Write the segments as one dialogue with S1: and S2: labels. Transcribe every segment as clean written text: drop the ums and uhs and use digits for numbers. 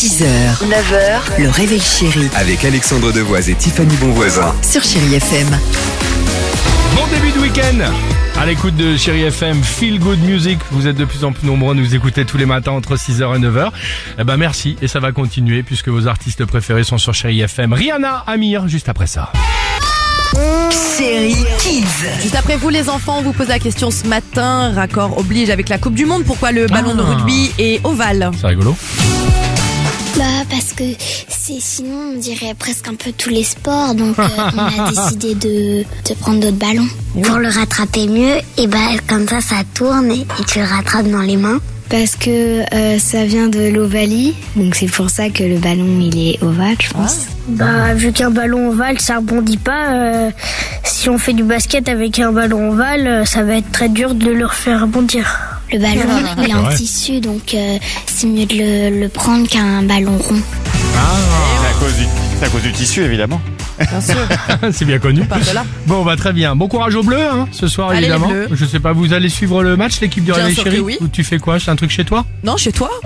S1: 6h, 9h, le réveil chéri
S2: Avec Alexandre Devoise et Tiffany Bonvoisin.
S1: sur Chéri FM.
S3: Bon début de week-end à l'écoute de Chéri FM, Feel Good Music. Vous êtes de plus en plus nombreux à nous écouter tous les matins entre 6h et 9h. Eh ben merci, et ça va continuer puisque vos artistes préférés sont sur Chéri FM. Rihanna, Amir, juste après ça.
S1: Chéri Kids.
S4: Juste après vous les enfants, on vous pose la question ce matin, raccord oblige avec la Coupe du Monde, pourquoi le ballon de rugby est ovale?
S3: C'est rigolo.
S5: Parce que sinon on dirait presque un peu tous les sports, donc on a décidé de prendre d'autres ballons. Pour le rattraper mieux, et comme ça tourne et tu le rattrapes dans les mains.
S6: Parce que ça vient de l'ovalie, donc c'est pour ça que le ballon il est ovale, je pense.
S7: Vu qu'un ballon ovale ça rebondit pas, si on fait du basket avec un ballon ovale, ça va être très dur de le refaire rebondir.
S5: Le ballon il est en tissu, donc c'est mieux de le prendre qu'un ballon rond.
S8: C'est à cause du tissu, évidemment.
S4: Bien sûr,
S3: C'est bien connu.
S4: par de là.
S3: Bon, bah très bien. Bon courage aux Bleus, ce soir,
S4: Allez, les
S3: évidemment.
S4: Bleus.
S3: Je sais pas, vous allez suivre le match, l'équipe du
S4: Bien
S3: Réveil
S4: sûr
S3: Chéri,
S4: que oui.
S3: ou tu fais quoi? C'est un truc chez toi?
S4: Non, chez toi?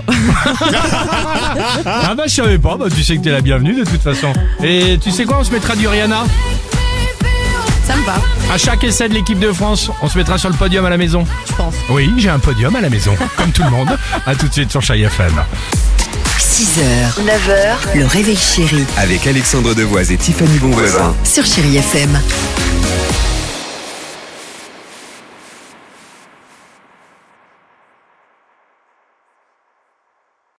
S3: Ah bah je savais pas, tu sais que t'es la bienvenue de toute façon. Et tu sais quoi, on se mettra du Rihanna.
S4: Ça me va,
S3: À chaque essai de l'équipe de France, on se mettra sur le podium à la maison.
S4: je pense.
S3: Oui, j'ai un podium à la maison, comme tout le monde. À tout de suite sur Chéri FM.
S1: 6h, 9h, le réveil chéri
S2: Avec Alexandre Devoise et Tiffany Bonvoisin.
S1: sur Chéri FM.